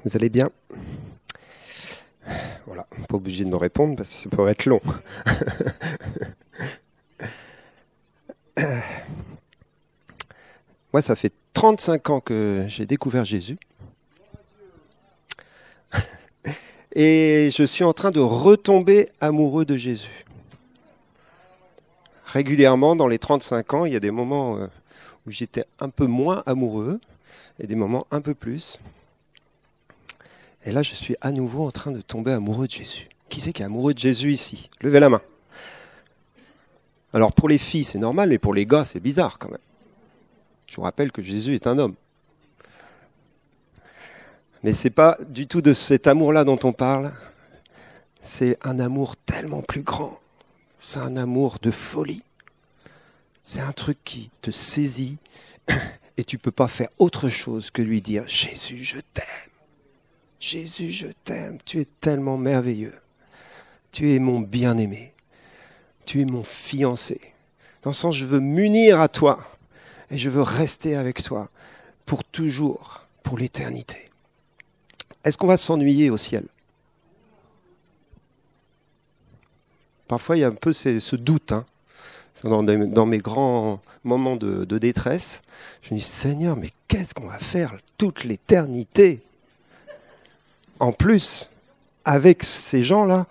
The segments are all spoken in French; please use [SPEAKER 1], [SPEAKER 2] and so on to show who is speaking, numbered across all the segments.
[SPEAKER 1] Vous allez bien? Voilà, pas obligé de me répondre parce que ça pourrait être long. Moi, ça fait 35 ans que j'ai découvert Jésus. Et je suis en train de retomber amoureux de Jésus. Régulièrement, dans les 35 ans, il y a des moments où j'étais un peu moins amoureux et des moments un peu plus. Et là, je suis à nouveau en train de tomber amoureux de Jésus. Qui c'est qui est amoureux de Jésus ici? Levez la main. Alors pour les filles, c'est normal, mais pour les gars, c'est bizarre quand même. Je vous rappelle que Jésus est un homme. Mais ce n'est pas du tout de cet amour-là dont on parle. C'est un amour tellement plus grand. C'est un amour de folie. C'est un truc qui te saisit et tu ne peux pas faire autre chose que lui dire « Jésus, je t'aime. Jésus, je t'aime. Tu es tellement merveilleux. Tu es mon bien-aimé. Tu es mon fiancé. Dans le sens, je veux m'unir à toi et je veux rester avec toi pour toujours, pour l'éternité. » Est-ce qu'on va s'ennuyer au ciel? Parfois, il y a un peu ce doute. Dans mes grands moments de détresse, je me dis, Seigneur, mais qu'est-ce qu'on va faire toute l'éternité? En plus, avec ces gens-là.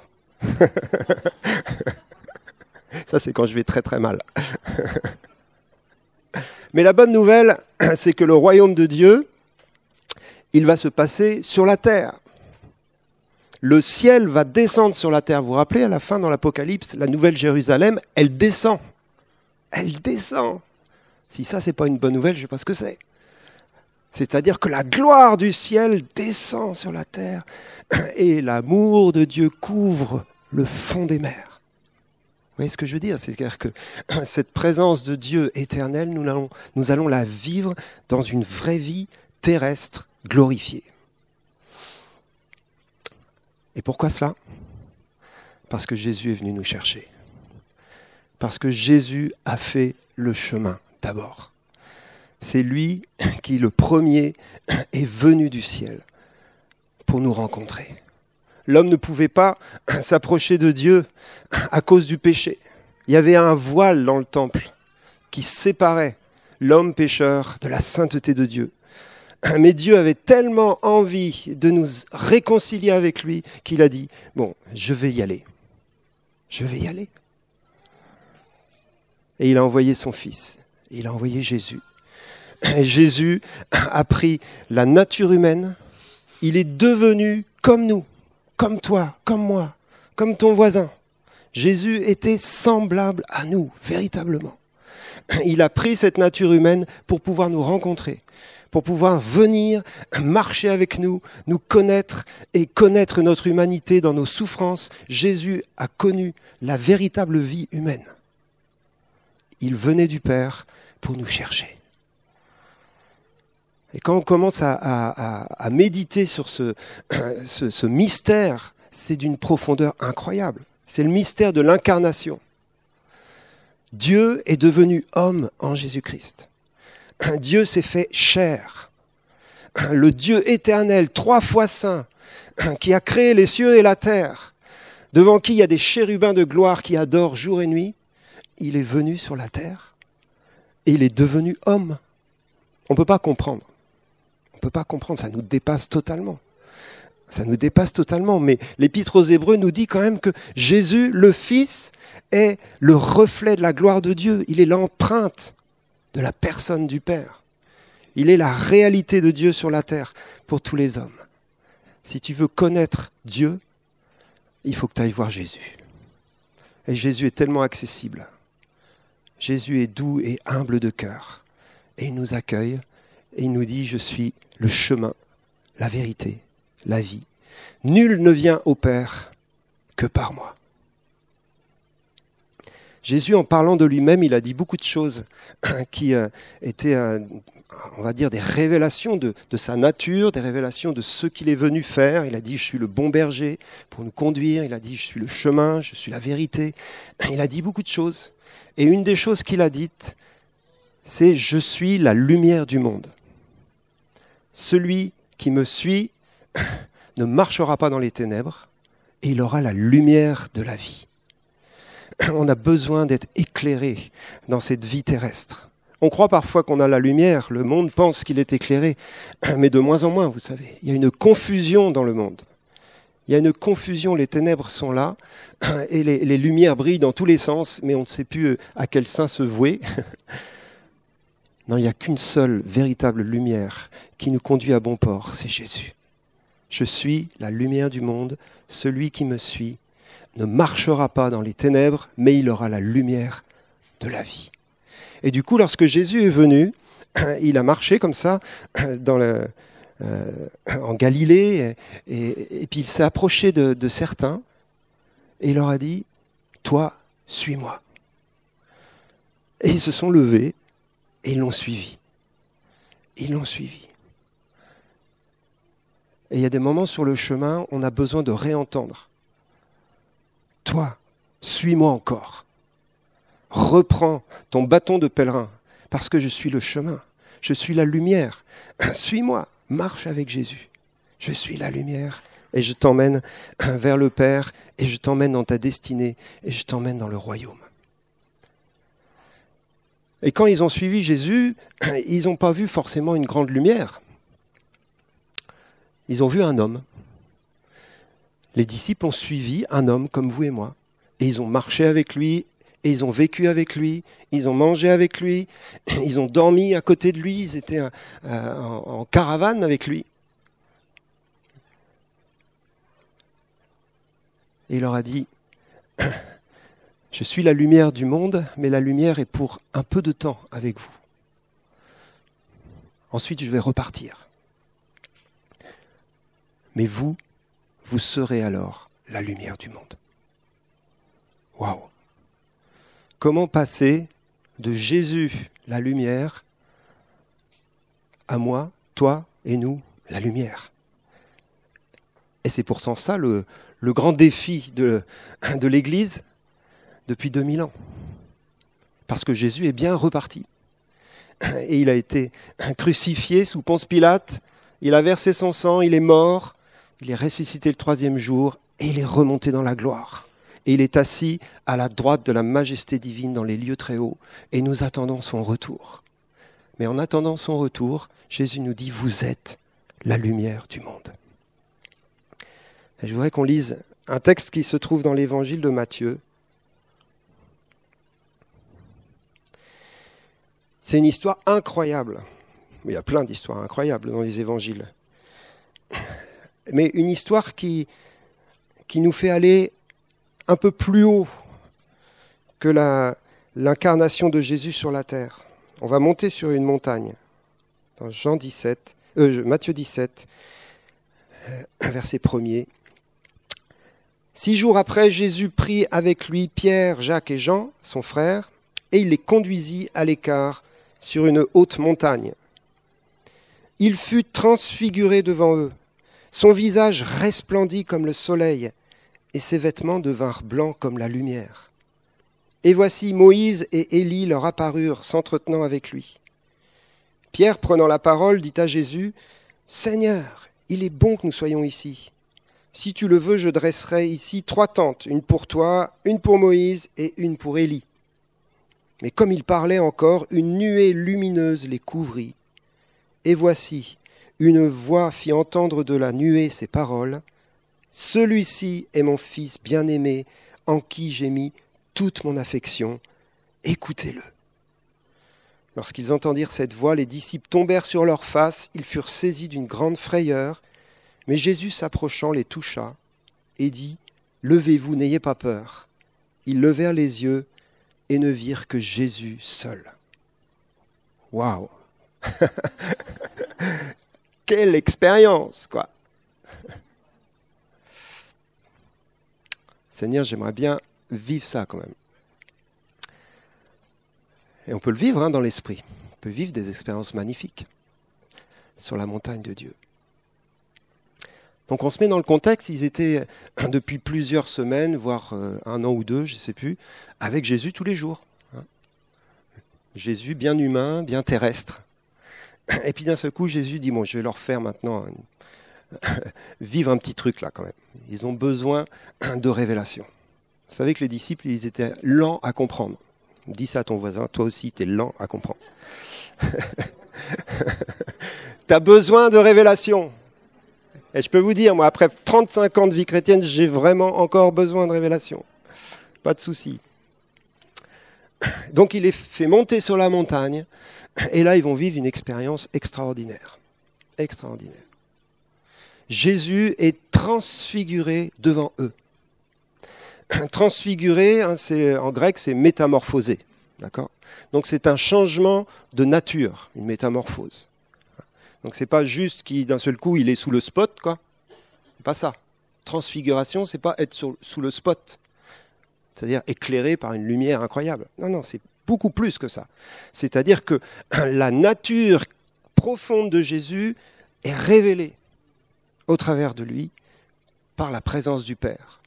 [SPEAKER 1] Ça, c'est quand je vais très très mal. Mais la bonne nouvelle, c'est que le royaume de Dieu, il va se passer sur la terre. Le ciel va descendre sur la terre. Vous vous rappelez, à la fin, dans l'Apocalypse, la nouvelle Jérusalem, elle descend. Elle descend. Si ça, c'est pas une bonne nouvelle, je ne sais pas ce que c'est. C'est-à-dire que la gloire du ciel descend sur la terre et l'amour de Dieu couvre le fond des mers. Vous voyez ce que je veux dire? C'est-à-dire que cette présence de Dieu éternel, nous allons la vivre dans une vraie vie terrestre glorifiée. Et pourquoi cela? Parce que Jésus est venu nous chercher. Parce que Jésus a fait le chemin d'abord. C'est lui qui, le premier, est venu du ciel pour nous rencontrer. L'homme ne pouvait pas s'approcher de Dieu à cause du péché. Il y avait un voile dans le temple qui séparait l'homme pécheur de la sainteté de Dieu. Mais Dieu avait tellement envie de nous réconcilier avec lui qu'il a dit « Bon, je vais y aller. Je vais y aller. » Et il a envoyé son Fils. Il a envoyé Jésus. Et Jésus a pris la nature humaine. Il est devenu comme nous, comme toi, comme moi, comme ton voisin. Jésus était semblable à nous, véritablement. Il a pris cette nature humaine pour pouvoir nous rencontrer, pour pouvoir venir marcher avec nous, nous connaître et connaître notre humanité dans nos souffrances. Jésus a connu la véritable vie humaine. Il venait du Père pour nous chercher. Et quand on commence à méditer sur ce mystère, c'est d'une profondeur incroyable. C'est le mystère de l'incarnation. Dieu est devenu homme en Jésus-Christ. Dieu s'est fait chair. Le Dieu éternel, 3 fois saint, qui a créé les cieux et la terre, devant qui il y a des chérubins de gloire qui adorent jour et nuit, il est venu sur la terre et il est devenu homme. On ne peut pas comprendre. On ne peut pas comprendre, ça nous dépasse totalement. Ça nous dépasse totalement, mais l'Épître aux Hébreux nous dit quand même que Jésus, le Fils, est le reflet de la gloire de Dieu. Il est l'empreinte de la personne du Père. Il est la réalité de Dieu sur la terre pour tous les hommes. Si tu veux connaître Dieu, il faut que tu ailles voir Jésus. Et Jésus est tellement accessible. Jésus est doux et humble de cœur. Et il nous accueille et il nous dit « Je suis le chemin, la vérité, la vie. Nul ne vient au Père que par moi. » Jésus, en parlant de lui-même, il a dit beaucoup de choses qui étaient, on va dire, des révélations de sa nature, des révélations de ce qu'il est venu faire. Il a dit « Je suis le bon berger pour nous conduire. » Il a dit « Je suis le chemin, je suis la vérité. » Il a dit beaucoup de choses. Et une des choses qu'il a dites, c'est « Je suis la lumière du monde. Celui qui me suit ne marchera pas dans les ténèbres et il aura la lumière de la vie. On a besoin d'être éclairé dans cette vie terrestre. On croit parfois qu'on a la lumière, le monde pense qu'il est éclairé, mais de moins en moins, vous savez. Il y a une confusion dans le monde. Il y a une confusion, les ténèbres sont là, et les lumières brillent dans tous les sens, mais on ne sait plus à quel sein se vouer. Non, il n'y a qu'une seule véritable lumière qui nous conduit à bon port, c'est Jésus. Je suis la lumière du monde, celui qui me suit ne marchera pas dans les ténèbres, mais il aura la lumière de la vie. Et du coup, lorsque Jésus est venu, il a marché comme ça en Galilée, et puis il s'est approché de certains, et il leur a dit « Toi, suis-moi ». Et ils se sont levés, et ils l'ont suivi. Ils l'ont suivi. Et il y a des moments sur le chemin, on a besoin de réentendre. Toi, suis-moi encore. Reprends ton bâton de pèlerin, parce que je suis le chemin, je suis la lumière. Suis-moi, marche avec Jésus. Je suis la lumière et je t'emmène vers le Père et je t'emmène dans ta destinée et je t'emmène dans le royaume. Et quand ils ont suivi Jésus, ils n'ont pas vu forcément une grande lumière. Ils ont vu un homme. Les disciples ont suivi un homme comme vous et moi. Et ils ont marché avec lui, et ils ont vécu avec lui, ils ont mangé avec lui, ils ont dormi à côté de lui, ils étaient en caravane avec lui. Et il leur a dit, je suis la lumière du monde, mais la lumière est pour un peu de temps avec vous. Ensuite, je vais repartir. Mais vous serez alors la lumière du monde. Waouh! Comment passer de Jésus, la lumière, à moi, toi et nous, la lumière? Et c'est pourtant ça le grand défi de l'Église depuis 2000 ans. Parce que Jésus est bien reparti. Et il a été crucifié sous Ponce Pilate, il a versé son sang, il est mort, il est ressuscité le 3e jour et il est remonté dans la gloire. Et il est assis à la droite de la majesté divine dans les lieux très hauts. Et nous attendons son retour. Mais en attendant son retour, Jésus nous dit, vous êtes la lumière du monde. Et je voudrais qu'on lise un texte qui se trouve dans l'évangile de Matthieu. C'est une histoire incroyable. Il y a plein d'histoires incroyables dans les évangiles. Mais une histoire qui nous fait aller un peu plus haut que l'incarnation de Jésus sur la terre. On va monter sur une montagne, dans Matthieu 17, verset 1er. 6 jours après, Jésus prit avec lui Pierre, Jacques et Jean, son frère, et il les conduisit à l'écart sur une haute montagne. Il fut transfiguré devant eux. Son visage resplendit comme le soleil, et ses vêtements devinrent blancs comme la lumière. Et voici Moïse et Élie leur apparurent, s'entretenant avec lui. Pierre, prenant la parole, dit à Jésus, « Seigneur, il est bon que nous soyons ici. Si tu le veux, je dresserai ici 3 tentes, une pour toi, une pour Moïse et une pour Élie. » Mais comme il parlait encore, une nuée lumineuse les couvrit. Et voici, une voix fit entendre de la nuée ces paroles, « Celui-ci est mon fils bien-aimé, en qui j'ai mis toute mon affection. Écoutez-le. » Lorsqu'ils entendirent cette voix, les disciples tombèrent sur leurs faces, ils furent saisis d'une grande frayeur. Mais Jésus s'approchant les toucha et dit, « Levez-vous, n'ayez pas peur. » Ils levèrent les yeux et ne virent que Jésus seul. Waouh! Quelle expérience, quoi! Seigneur, j'aimerais bien vivre ça quand même. Et on peut le vivre dans l'esprit. On peut vivre des expériences magnifiques sur la montagne de Dieu. Donc on se met dans le contexte, ils étaient depuis plusieurs semaines, voire 1 an ou 2, je ne sais plus, avec Jésus tous les jours. Jésus bien humain, bien terrestre. Et puis d'un seul coup, Jésus dit, bon, je vais leur faire maintenant vivent un petit truc là quand même. Ils ont besoin de révélation. Vous savez que les disciples, ils étaient lents à comprendre. Dis ça à ton voisin, toi aussi, tu es lent à comprendre. Tu as besoin de révélation. Et je peux vous dire, moi, après 35 ans de vie chrétienne, j'ai vraiment encore besoin de révélation. Pas de souci. Donc il les fait monter sur la montagne, et là, ils vont vivre une expérience extraordinaire. Extraordinaire. Jésus est transfiguré devant eux. Transfiguré, hein, en grec, c'est métamorphosé. D'accord ? Donc c'est un changement de nature, une métamorphose. Donc c'est pas juste qu'il d'un seul coup il est sous le spot, quoi. C'est pas ça. Transfiguration, c'est pas être sous le spot, c'est-à-dire éclairé par une lumière incroyable. Non, non, c'est beaucoup plus que ça. C'est-à-dire que la nature profonde de Jésus est révélée au travers de lui par la présence du Père.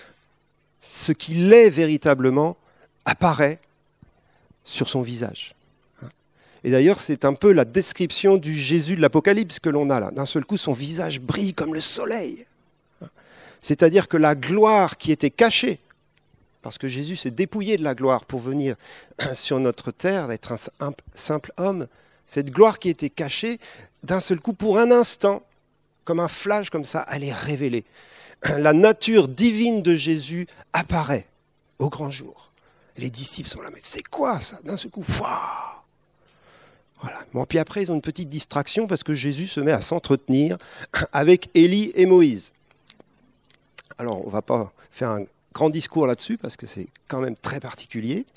[SPEAKER 1] Ce qu'il est véritablement apparaît sur son visage. Et d'ailleurs, c'est un peu la description du Jésus de l'Apocalypse que l'on a là. D'un seul coup, son visage brille comme le soleil. C'est-à-dire que la gloire qui était cachée, parce que Jésus s'est dépouillé de la gloire pour venir sur notre terre, d'être un simple homme, cette gloire qui était cachée, d'un seul coup, pour un instant, comme un flash comme ça, elle est révélée. La nature divine de Jésus apparaît au grand jour. Les disciples sont là, mais c'est quoi ça ? D'un seul coup, waouh ! Voilà. Bon, puis après, ils ont une petite distraction parce que Jésus se met à s'entretenir avec Élie et Moïse. Alors, on ne va pas faire un grand discours là-dessus parce que c'est quand même très particulier.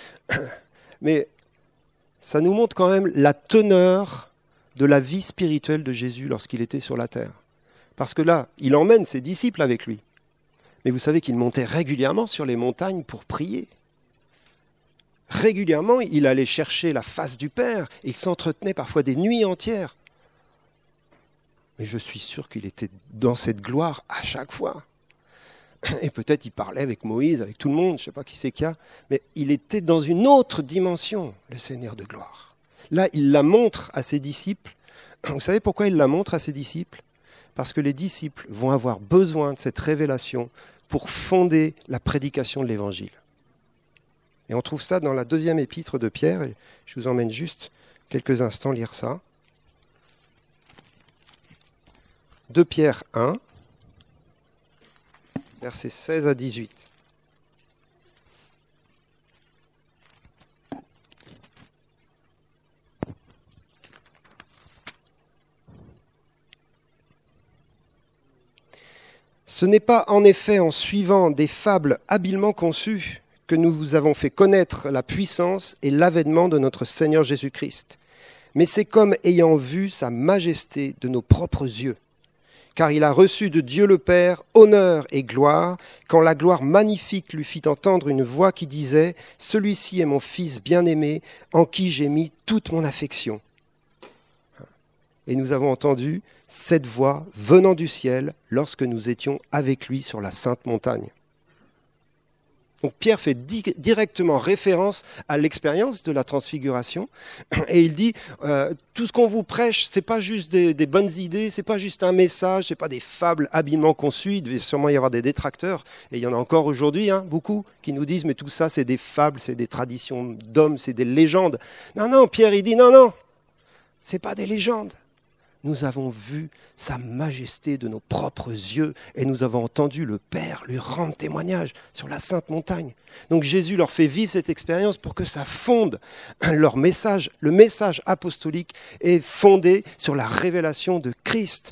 [SPEAKER 1] Mais ça nous montre quand même la teneur de la vie spirituelle de Jésus lorsqu'il était sur la terre. Parce que là, il emmène ses disciples avec lui. Mais vous savez qu'il montait régulièrement sur les montagnes pour prier. Régulièrement, il allait chercher la face du Père. Il s'entretenait parfois des nuits entières. Mais je suis sûr qu'il était dans cette gloire à chaque fois. Et peut-être il parlait avec Moïse, avec tout le monde, je ne sais pas qui c'est qu'il y a. Mais il était dans une autre dimension, le Seigneur de gloire. Là, il la montre à ses disciples. Vous savez pourquoi il la montre à ses disciples ? Parce que les disciples vont avoir besoin de cette révélation pour fonder la prédication de l'Évangile. Et on trouve ça dans la deuxième épître de Pierre, et je vous emmène juste quelques instants lire ça. 2 Pierre 1, versets 16 à 18. Ce n'est pas en effet en suivant des fables habilement conçues que nous vous avons fait connaître la puissance et l'avènement de notre Seigneur Jésus-Christ. Mais c'est comme ayant vu sa majesté de nos propres yeux. Car il a reçu de Dieu le Père honneur et gloire, quand la gloire magnifique lui fit entendre une voix qui disait « Celui-ci est mon Fils bien-aimé, en qui j'ai mis toute mon affection. » Et nous avons entendu cette voix venant du ciel lorsque nous étions avec lui sur la sainte montagne. Donc Pierre fait directement référence à l'expérience de la transfiguration et il dit tout ce qu'on vous prêche, c'est pas juste des bonnes idées, c'est pas juste un message, c'est pas des fables habilement conçues. Il devait sûrement y avoir des détracteurs et il y en a encore aujourd'hui, beaucoup qui nous disent mais tout ça c'est des fables, c'est des traditions d'hommes, c'est des légendes. Non, Pierre il dit non, c'est pas des légendes. Nous avons vu sa majesté de nos propres yeux et nous avons entendu le Père lui rendre témoignage sur la sainte montagne. Donc Jésus leur fait vivre cette expérience pour que ça fonde leur message. Le message apostolique est fondé sur la révélation de Christ.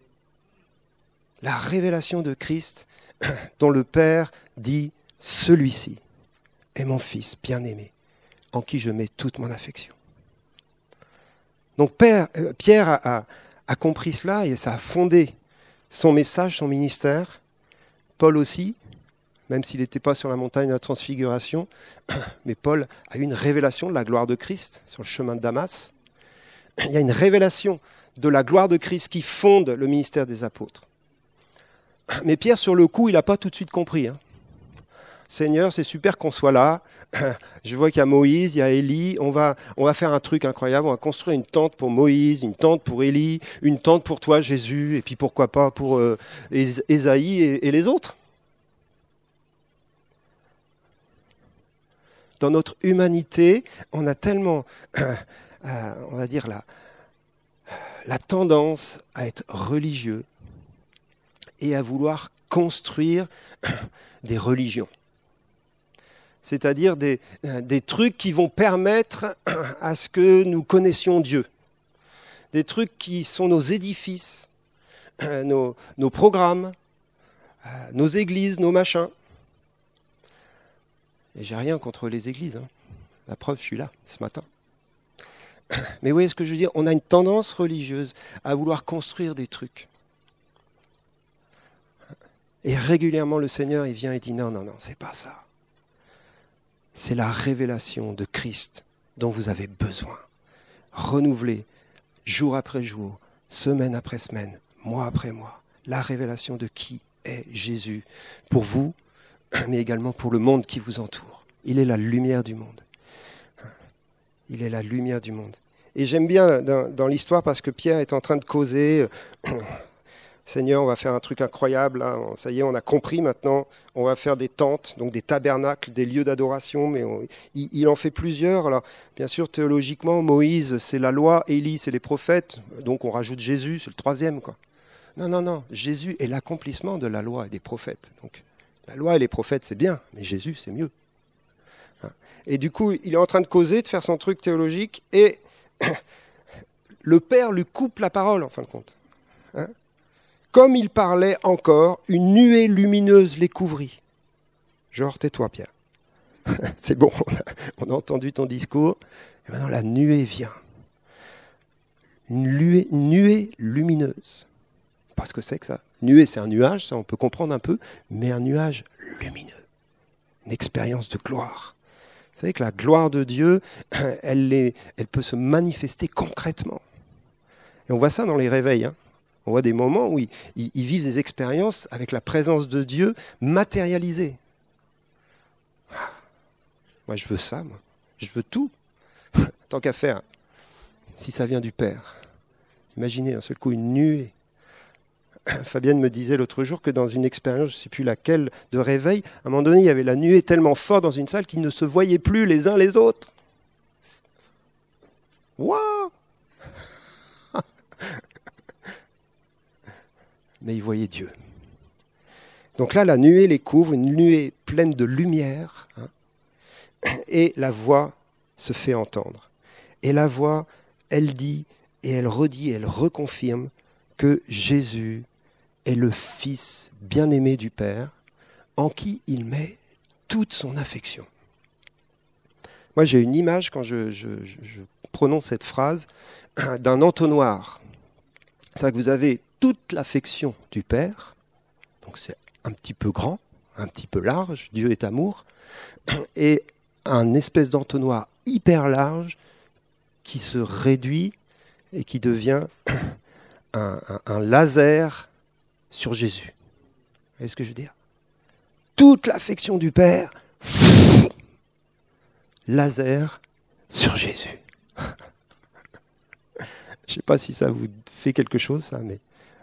[SPEAKER 1] La révélation de Christ dont le Père dit « Celui-ci est mon Fils bien-aimé, en qui je mets toute mon affection. » Donc Pierre a compris cela et ça a fondé son message, son ministère. Paul aussi, même s'il n'était pas sur la montagne de la transfiguration, mais Paul a eu une révélation de la gloire de Christ sur le chemin de Damas. Il y a une révélation de la gloire de Christ qui fonde le ministère des apôtres. Mais Pierre, sur le coup, il n'a pas tout de suite compris. Seigneur, c'est super qu'on soit là. Je vois qu'il y a Moïse, il y a Élie. On va faire un truc incroyable. On va construire une tente pour Moïse, une tente pour Élie, une tente pour toi, Jésus, et puis pourquoi pas pour Ésaïe et les autres. Dans notre humanité, on a tellement, on va dire, la tendance à être religieux et à vouloir construire des religions. C'est-à-dire des trucs qui vont permettre à ce que nous connaissions Dieu. Des trucs qui sont nos édifices, nos programmes, nos églises, nos machins. Et j'ai rien contre les églises. Hein. La preuve, je suis là ce matin. Mais vous voyez ce que je veux dire ? On a une tendance religieuse à vouloir construire des trucs. Et régulièrement, le Seigneur, il vient et dit non, c'est pas ça. C'est la révélation de Christ dont vous avez besoin. Renouvelée, jour après jour, semaine après semaine, mois après mois. La révélation de qui est Jésus pour vous, mais également pour le monde qui vous entoure. Il est la lumière du monde. Il est la lumière du monde. Et j'aime bien dans l'histoire parce que Pierre est en train de causer Seigneur, on va faire un truc incroyable, là. Ça y est, on a compris maintenant, on va faire des tentes, donc des tabernacles, des lieux d'adoration, mais il en fait plusieurs. Alors, bien sûr, théologiquement, Moïse, c'est la loi, Élie, c'est les prophètes, donc on rajoute Jésus, c'est le troisième, quoi. Non, Jésus est l'accomplissement de la loi et des prophètes. Donc, la loi et les prophètes, c'est bien, mais Jésus, c'est mieux. Et du coup, il est en train de causer, de faire son truc théologique, et le Père lui coupe la parole, en fin de compte. Comme il parlait encore, une nuée lumineuse les couvrit. Genre, tais-toi, Pierre. C'est bon, on a entendu ton discours. Et maintenant, la nuée vient. Une nuée lumineuse. Pas ce que c'est que ça. Nuée, c'est un nuage, ça on peut comprendre un peu, mais un nuage lumineux. Une expérience de gloire. Vous savez que la gloire de Dieu, elle peut se manifester concrètement. Et on voit ça dans les réveils, hein. On voit des moments où ils vivent des expériences avec la présence de Dieu matérialisée. Moi, je veux ça, moi. Je veux tout. Tant qu'à faire, si ça vient du Père. Imaginez un seul coup une nuée. Fabienne me disait l'autre jour que dans une expérience, je ne sais plus laquelle, de réveil, à un moment donné, il y avait la nuée tellement forte dans une salle qu'ils ne se voyaient plus les uns les autres. Waouh! Mais ils voyaient Dieu. Donc là, la nuée les couvre, une nuée pleine de lumière, hein, et la voix se fait entendre. Et la voix, elle dit, et elle redit, elle reconfirme que Jésus est le Fils bien-aimé du Père, en qui il met toute son affection. Moi, j'ai une image, quand je prononce cette phrase, d'un entonnoir. C'est-à-dire que vous avez toute l'affection du Père, donc c'est un petit peu grand, un petit peu large, Dieu est amour, et un espèce d'entonnoir hyper large qui se réduit et qui devient un laser sur Jésus. Vous voyez ce que je veux dire ? Toute l'affection du Père, laser sur Jésus. Je ne sais pas si ça vous fait quelque chose, ça, mais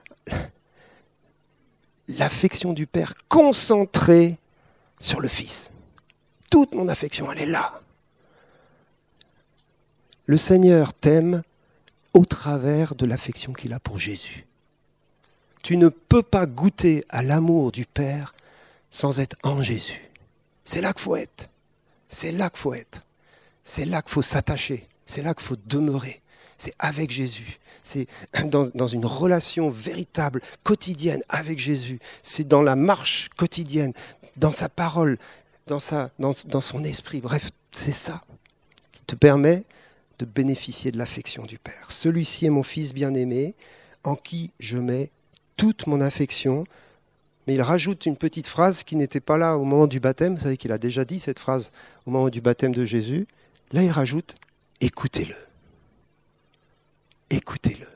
[SPEAKER 1] l'affection du Père concentrée sur le Fils. Toute mon affection, elle est là. Le Seigneur t'aime au travers de l'affection qu'il a pour Jésus. Tu ne peux pas goûter à l'amour du Père sans être en Jésus. C'est là qu'il faut être. C'est là qu'il faut être. C'est là qu'il faut s'attacher. C'est là qu'il faut demeurer. C'est avec Jésus. C'est dans une relation véritable, quotidienne avec Jésus. C'est dans la marche quotidienne, dans sa parole, dans son esprit. Bref, c'est ça qui te permet de bénéficier de l'affection du Père. Celui-ci est mon Fils bien-aimé, en qui je mets toute mon affection. Mais il rajoute une petite phrase qui n'était pas là au moment du baptême. Vous savez qu'il a déjà dit cette phrase au moment du baptême de Jésus. Là, il rajoute « écoutez-le ». Écoutez-le.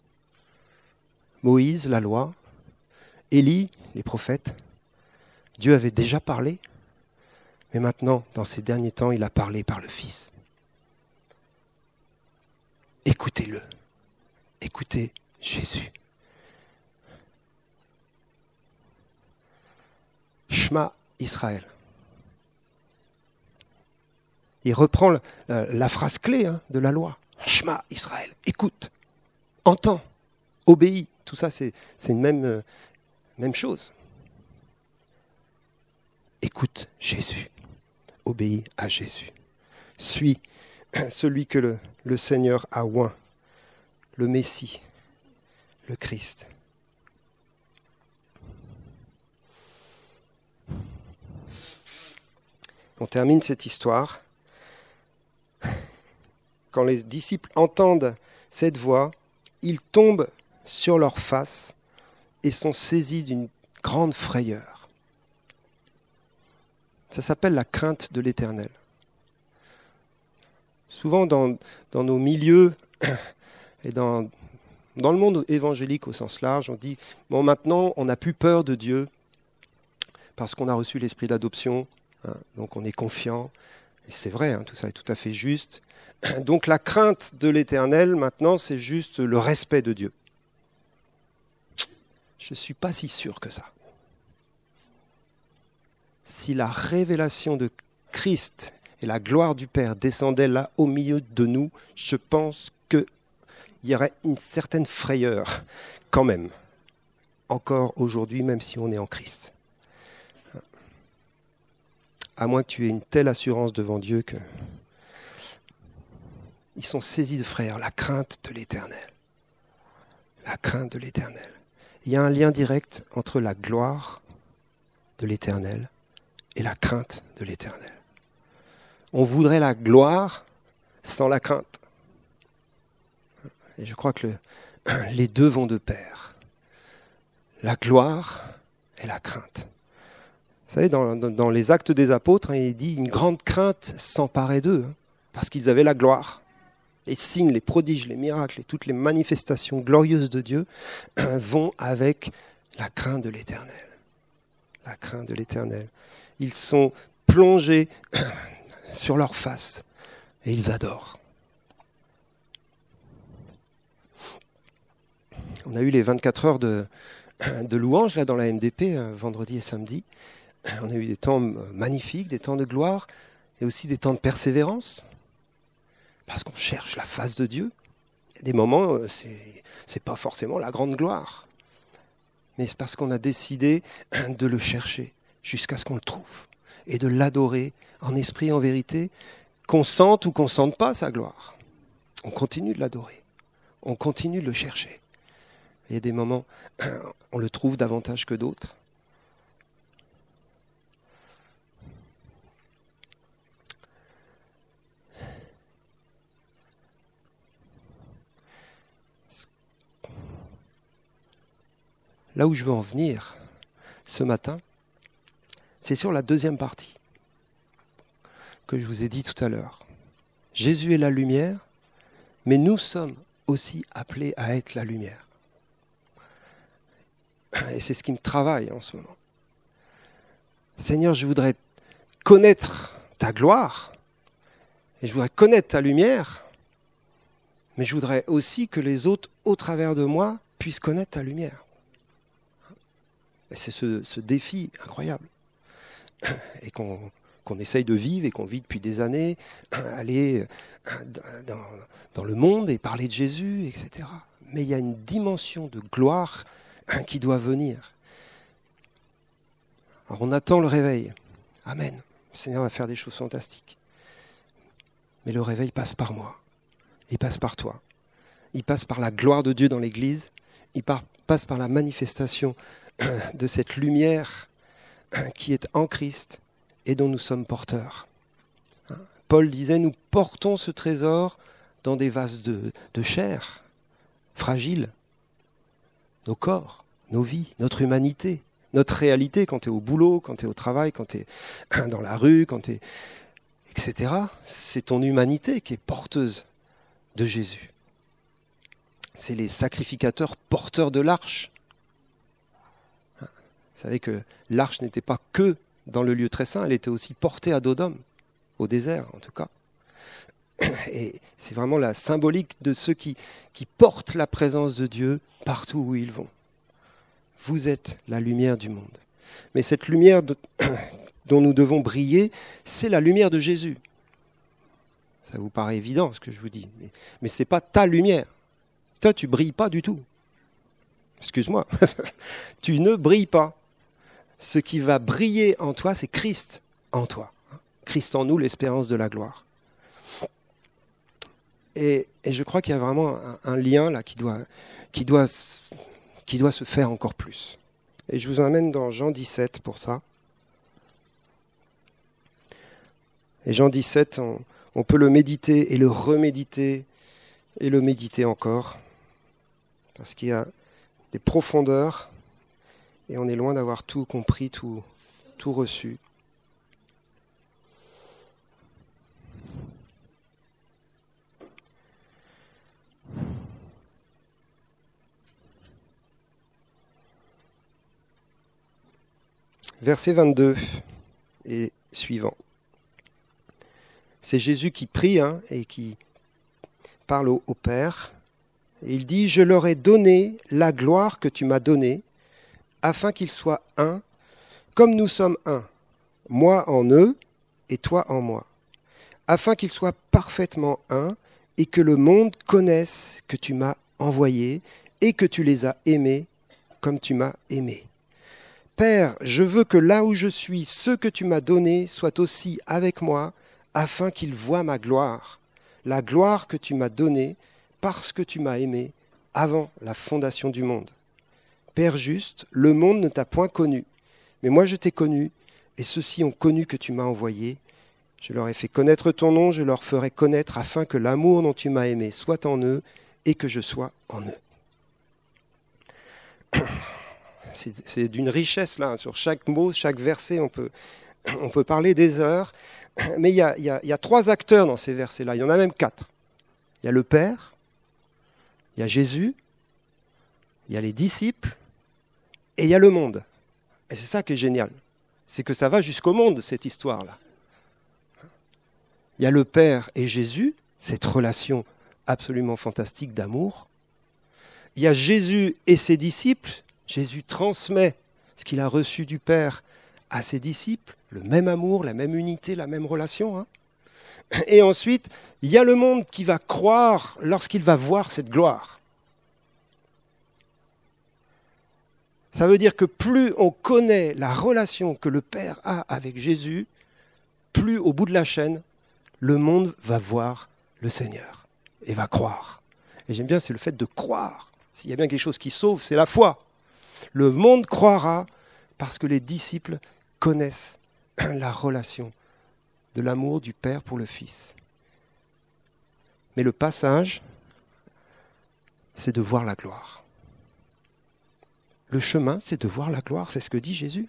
[SPEAKER 1] Moïse, la loi, Élie, les prophètes, Dieu avait déjà parlé, Mais maintenant, dans ces derniers temps, il a parlé par le Fils. Écoutez-le. Écoutez Jésus. Shema Israël. Il reprend la phrase clé de la loi. Shema Israël. Écoute, entends, obéis. Tout ça, c'est une même chose. Écoute Jésus. Obéis à Jésus. Suis celui que le Seigneur a oint, le Messie, le Christ. On termine cette histoire. Quand les disciples entendent cette voix, ils tombent sur leur face et sont saisis d'une grande frayeur. Ça s'appelle la crainte de l'Éternel. Souvent dans nos milieux et dans le monde évangélique au sens large, on dit « bon, maintenant, on n'a plus peur de Dieu parce qu'on a reçu l'esprit d'adoption, donc on est confiant. » Et c'est vrai, tout ça est tout à fait juste. Donc la crainte de l'Éternel, maintenant, c'est juste le respect de Dieu. Je ne suis pas si sûr que ça. Si la révélation de Christ et la gloire du Père descendaient là au milieu de nous, je pense qu'il y aurait une certaine frayeur quand même, encore aujourd'hui, même si on est en Christ. À moins que tu aies une telle assurance devant Dieu que ils sont saisis de frayeur, la crainte de l'Éternel. La crainte de l'Éternel. Il y a un lien direct entre la gloire de l'Éternel et la crainte de l'Éternel. On voudrait la gloire sans la crainte. Et je crois que les deux vont de pair. La gloire et la crainte. Vous savez, dans les Actes des Apôtres, il dit « une grande crainte s'emparait d'eux » parce qu'ils avaient la gloire. Les signes, les prodiges, les miracles et toutes les manifestations glorieuses de Dieu vont avec la crainte de l'Éternel. La crainte de l'Éternel. Ils sont plongés sur leur face et ils adorent. On a eu les 24 heures de louange là, dans la MDP, vendredi et samedi. On a eu des temps magnifiques, des temps de gloire et aussi des temps de persévérance. Parce qu'on cherche la face de Dieu. Il y a des moments, c'est pas forcément la grande gloire. Mais c'est parce qu'on a décidé de le chercher jusqu'à ce qu'on le trouve. Et de l'adorer en esprit et en vérité, qu'on sente ou qu'on ne sente pas sa gloire. On continue de l'adorer. On continue de le chercher. Il y a des moments, on le trouve davantage que d'autres. Là où je veux en venir ce matin, c'est sur la deuxième partie que je vous ai dit tout à l'heure. Jésus est la lumière, mais nous sommes aussi appelés à être la lumière. Et c'est ce qui me travaille en ce moment. Seigneur, je voudrais connaître ta gloire, et je voudrais connaître ta lumière, mais je voudrais aussi que les autres, au travers de moi, puissent connaître ta lumière. Et c'est ce défi incroyable et qu'on essaye de vivre et qu'on vit depuis des années, aller dans le monde et parler de Jésus, etc. Mais il y a une dimension de gloire qui doit venir. Alors on attend le réveil. Amen. Le Seigneur va faire des choses fantastiques. Mais le réveil passe par moi. Il passe par toi. Il passe par la gloire de Dieu dans l'Église. Il passe par la manifestation de cette lumière qui est en Christ et dont nous sommes porteurs. Paul disait, nous portons ce trésor dans des vases de chair, fragiles, nos corps, nos vies, notre humanité, notre réalité quand tu es au boulot, quand tu es au travail, quand tu es dans la rue, quand tu es... etc. C'est ton humanité qui est porteuse de Jésus. C'est les sacrificateurs porteurs de l'arche. Vous savez que l'arche n'était pas que dans le lieu très saint, elle était aussi portée à dos d'homme, au désert en tout cas. Et c'est vraiment la symbolique de ceux qui portent la présence de Dieu partout où ils vont. Vous êtes la lumière du monde. Mais cette lumière dont nous devons briller, c'est la lumière de Jésus. Ça vous paraît évident ce que je vous dis, mais ce n'est pas ta lumière. Toi, tu ne brilles pas du tout. Excuse-moi, tu ne brilles pas. Ce qui va briller en toi, c'est Christ en toi. Christ en nous, l'espérance de la gloire. Et je crois qu'il y a vraiment un lien là qui doit se faire encore plus. Et je vous emmène dans Jean 17 pour ça. Et Jean 17, on peut le méditer et le reméditer et le méditer encore. Parce qu'il y a des profondeurs et on est loin d'avoir tout compris, tout reçu. Verset 22 et suivant. C'est Jésus qui prie et qui parle au Père. Et il dit « Je leur ai donné la gloire que tu m'as donnée, afin qu'ils soient un, comme nous sommes un, moi en eux et toi en moi, afin qu'ils soient parfaitement un, et que le monde connaisse que tu m'as envoyé et que tu les as aimés comme tu m'as aimé. Père, je veux que là où je suis, ceux que tu m'as donnés soient aussi avec moi, afin qu'ils voient ma gloire, la gloire que tu m'as donnée parce que tu m'as aimé avant la fondation du monde. Père juste, le monde ne t'a point connu, mais moi je t'ai connu, et ceux-ci ont connu que tu m'as envoyé. Je leur ai fait connaître ton nom, je leur ferai connaître afin que l'amour dont tu m'as aimé soit en eux et que je sois en eux. C'est d'une richesse là, sur chaque mot, chaque verset, on peut parler des heures, mais il y a 3 acteurs dans ces versets-là, il y en a même 4. Il y a le Père, il y a Jésus, il y a les disciples et il y a le monde. Et c'est ça qui est génial, c'est que ça va jusqu'au monde cette histoire-là. Il y a le Père et Jésus, cette relation absolument fantastique d'amour. Il y a Jésus et ses disciples. Jésus transmet ce qu'il a reçu du Père à ses disciples, le même amour, la même unité, la même relation. Et ensuite, il y a le monde qui va croire lorsqu'il va voir cette gloire. Ça veut dire que plus on connaît la relation que le Père a avec Jésus, plus au bout de la chaîne, le monde va voir le Seigneur et va croire. Et j'aime bien, c'est le fait de croire. S'il y a bien quelque chose qui sauve, c'est la foi. Le monde croira parce que les disciples connaissent la relation de l'amour du Père pour le Fils. Mais le passage, c'est de voir la gloire. Le chemin, c'est de voir la gloire, c'est ce que dit Jésus.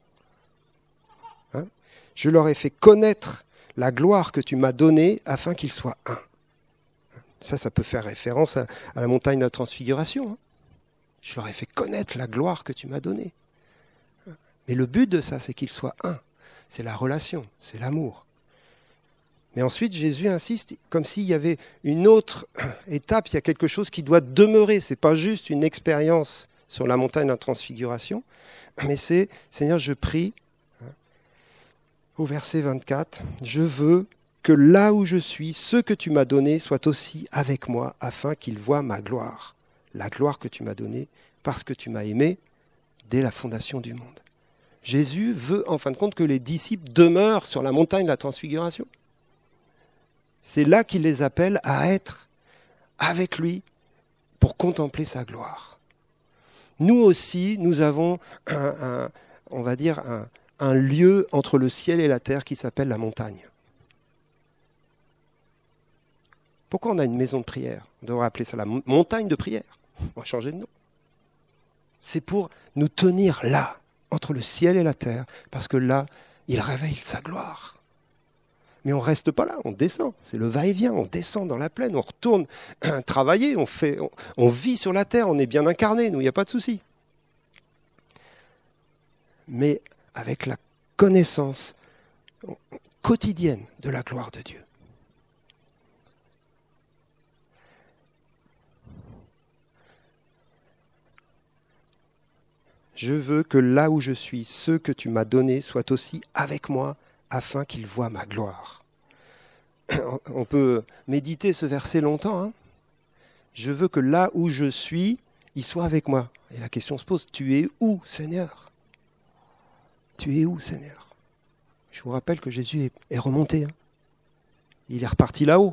[SPEAKER 1] Je leur ai fait connaître la gloire que tu m'as donnée afin qu'ils soient un. Ça peut faire référence à la montagne de la transfiguration. Je leur ai fait connaître la gloire que tu m'as donnée. Mais le but de ça, c'est qu'ils soient un. C'est la relation, c'est l'amour. Mais ensuite, Jésus insiste comme s'il y avait une autre étape, il y a quelque chose qui doit demeurer. Ce n'est pas juste une expérience sur la montagne de la transfiguration, mais c'est, Seigneur, je prie, au verset 24, je veux que là où je suis, ceux que tu m'as donnés soient aussi avec moi, afin qu'ils voient ma gloire. La gloire que tu m'as donnée, parce que tu m'as aimé dès la fondation du monde. Jésus veut, en fin de compte, que les disciples demeurent sur la montagne de la transfiguration. C'est là qu'il les appelle à être avec lui pour contempler sa gloire. Nous aussi, nous avons un lieu entre le ciel et la terre qui s'appelle la montagne. Pourquoi on a une maison de prière? On devrait appeler ça la montagne de prière. On va changer de nom. C'est pour nous tenir là, entre le ciel et la terre, parce que là, il réveille sa gloire. Mais on ne reste pas là, on descend. C'est le va-et-vient, on descend dans la plaine, on retourne travailler, on vit sur la terre, on est bien incarné, nous, il n'y a pas de souci. Mais avec la connaissance quotidienne de la gloire de Dieu. Je veux que là où je suis, ceux que tu m'as donnés soient aussi avec moi, afin qu'ils voient ma gloire. On peut méditer ce verset longtemps. Hein. Je veux que là où je suis, ils soient avec moi. Et la question se pose, tu es où, Seigneur ? Tu es où, Seigneur ? Je vous rappelle que Jésus est remonté. Hein. Il est reparti là-haut.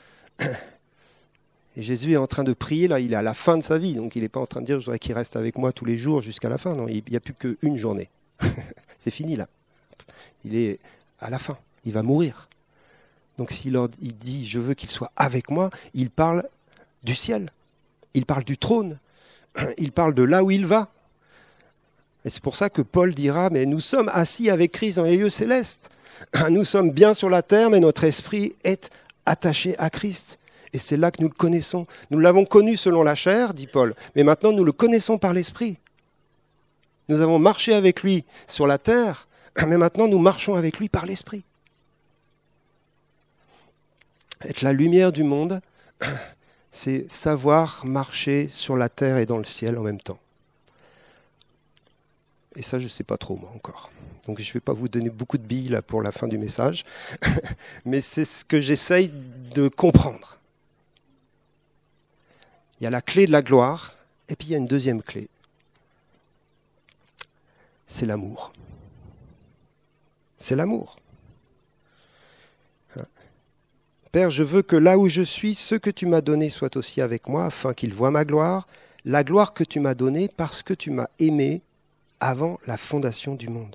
[SPEAKER 1] Et Jésus est en train de prier, là, il est à la fin de sa vie, donc il n'est pas en train de dire « je voudrais qu'il reste avec moi tous les jours jusqu'à la fin ». Non, il n'y a plus qu'une journée. C'est fini, là. Il est à la fin, il va mourir. Donc il dit « je veux qu'il soit avec moi », il parle du ciel, il parle du trône, il parle de là où il va. Et c'est pour ça que Paul dira « mais nous sommes assis avec Christ dans les lieux célestes. Nous sommes bien sur la terre, mais notre esprit est attaché à Christ. » Et c'est là que nous le connaissons. Nous l'avons connu selon la chair, dit Paul, mais maintenant nous le connaissons par l'esprit. Nous avons marché avec lui sur la terre, mais maintenant nous marchons avec lui par l'esprit. Être la lumière du monde, c'est savoir marcher sur la terre et dans le ciel en même temps. Et ça, je ne sais pas trop, moi, encore. Donc je ne vais pas vous donner beaucoup de billes là, pour la fin du message, mais c'est ce que j'essaye de comprendre. Il y a la clé de la gloire, et puis il y a une deuxième clé. C'est l'amour. C'est l'amour. Père, je veux que là où je suis, ceux que tu m'as donnés soient aussi avec moi, afin qu'ils voient ma gloire, la gloire que tu m'as donnée parce que tu m'as aimé avant la fondation du monde.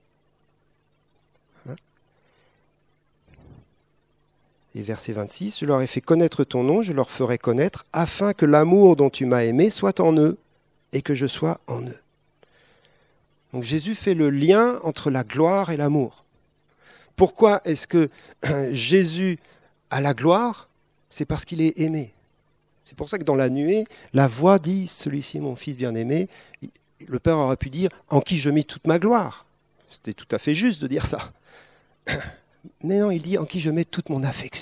[SPEAKER 1] Et verset 26, je leur ai fait connaître ton nom, je leur ferai connaître, afin que l'amour dont tu m'as aimé soit en eux et que je sois en eux. Donc Jésus fait le lien entre la gloire et l'amour. Pourquoi est-ce que Jésus a la gloire ? C'est parce qu'il est aimé. C'est pour ça que dans la nuée, la voix dit « Celui-ci est mon fils bien-aimé ». Le Père aurait pu dire « En qui je mets toute ma gloire ». C'était tout à fait juste de dire ça. Mais non, il dit « En qui je mets toute mon affection ».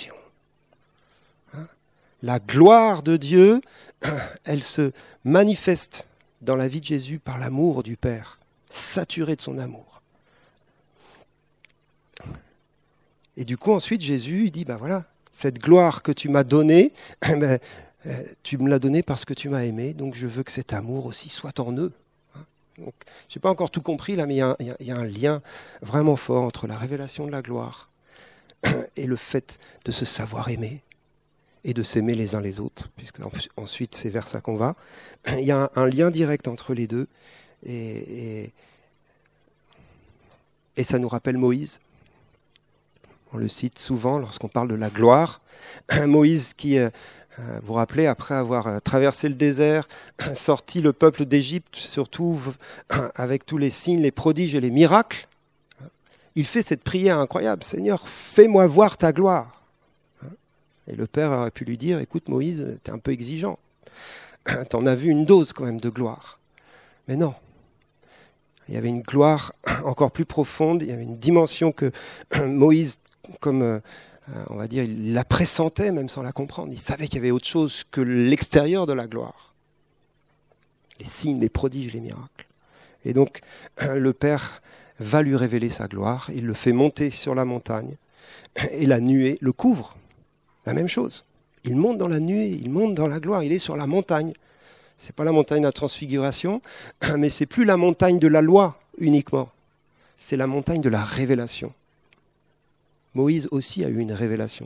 [SPEAKER 1] La gloire de Dieu, elle se manifeste dans la vie de Jésus par l'amour du Père, saturé de son amour. Et du coup, ensuite, Jésus il dit, ben voilà, cette gloire que tu m'as donnée, tu me l'as donnée parce que tu m'as aimé, donc je veux que cet amour aussi soit en eux. Donc, je n'ai pas encore tout compris là, mais il y a un lien vraiment fort entre la révélation de la gloire et le fait de se savoir aimer et de s'aimer les uns les autres, puisque ensuite c'est vers ça qu'on va. Il y a un lien direct entre les deux, et ça nous rappelle Moïse. On le cite souvent lorsqu'on parle de la gloire. Moïse qui, vous vous rappelez, après avoir traversé le désert, sorti le peuple d'Égypte, surtout avec tous les signes, les prodiges et les miracles, il fait cette prière incroyable. « Seigneur, fais-moi voir ta gloire ». Et le Père aurait pu lui dire, écoute Moïse, tu es un peu exigeant. Tu en as vu une dose quand même de gloire. Mais non. Il y avait une gloire encore plus profonde, il y avait une dimension que Moïse, comme on va dire, il la pressentait même sans la comprendre. Il savait qu'il y avait autre chose que l'extérieur de la gloire. Les signes, les prodiges, les miracles. Et donc le Père va lui révéler sa gloire, il le fait monter sur la montagne et la nuée le couvre. La même chose. Il monte dans la nuée, il monte dans la gloire, il est sur la montagne. Ce n'est pas la montagne de la transfiguration, mais ce n'est plus la montagne de la loi uniquement. C'est la montagne de la révélation. Moïse aussi a eu une révélation.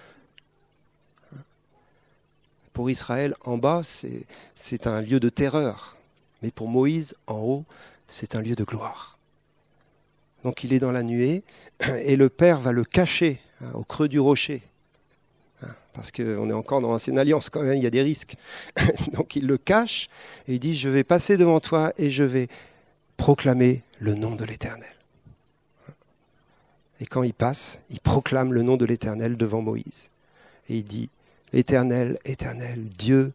[SPEAKER 1] Pour Israël, en bas, c'est un lieu de terreur. Mais pour Moïse, en haut, c'est un lieu de gloire. Donc il est dans la nuée, et le Père va le cacher au creux du rocher. Parce qu'on est encore dans l'ancienne alliance quand même, il y a des risques. Donc il le cache et il dit, je vais passer devant toi et je vais proclamer le nom de l'Éternel. Et quand il passe, il proclame le nom de l'Éternel devant Moïse. Et il dit, l'Éternel, Éternel, Dieu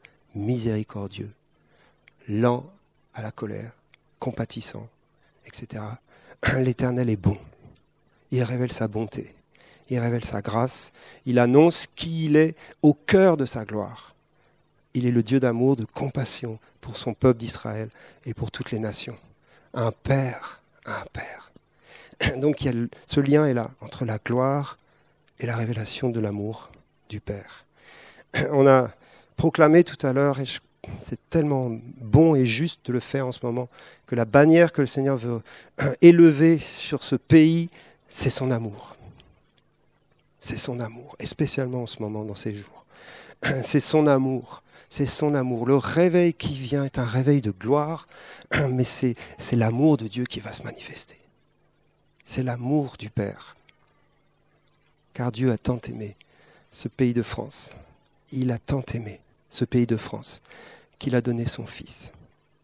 [SPEAKER 1] miséricordieux, lent à la colère, compatissant, etc. l'Éternel est bon. Il révèle sa bonté, il révèle sa grâce, il annonce qui il est au cœur de sa gloire. Il est le Dieu d'amour, de compassion pour son peuple d'Israël et pour toutes les nations. Un Père, un Père. Donc ce lien est là, entre la gloire et la révélation de l'amour du Père. On a proclamé tout à l'heure, et c'est tellement bon et juste de le faire en ce moment, que la bannière que le Seigneur veut élever sur ce pays, c'est son amour. C'est son amour, et spécialement en ce moment, dans ces jours. C'est son amour, c'est son amour. Le réveil qui vient est un réveil de gloire, mais c'est l'amour de Dieu qui va se manifester. C'est l'amour du Père. Car Dieu a tant aimé ce pays de France. Il a tant aimé ce pays de France qu'il a donné son Fils.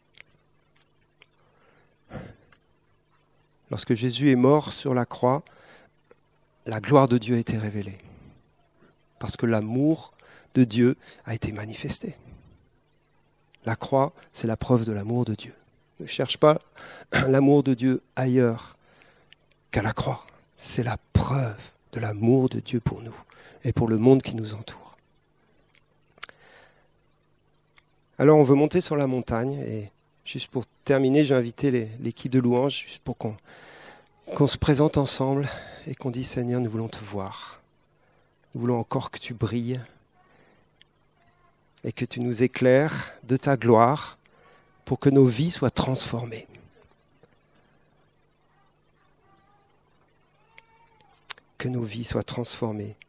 [SPEAKER 1] Lorsque Jésus est mort sur la croix, la gloire de Dieu a été révélée. Parce que l'amour de Dieu a été manifesté. La croix, c'est la preuve de l'amour de Dieu. Ne cherche pas l'amour de Dieu ailleurs qu'à la croix. C'est la preuve de l'amour de Dieu pour nous et pour le monde qui nous entoure. Alors on veut monter sur la montagne et juste pour terminer, j'ai invité l'équipe de louanges juste pour qu'on se présente ensemble et qu'on dise Seigneur, nous voulons te voir. Nous voulons encore que tu brilles et que tu nous éclaires de ta gloire pour que nos vies soient transformées. Que nos vies soient transformées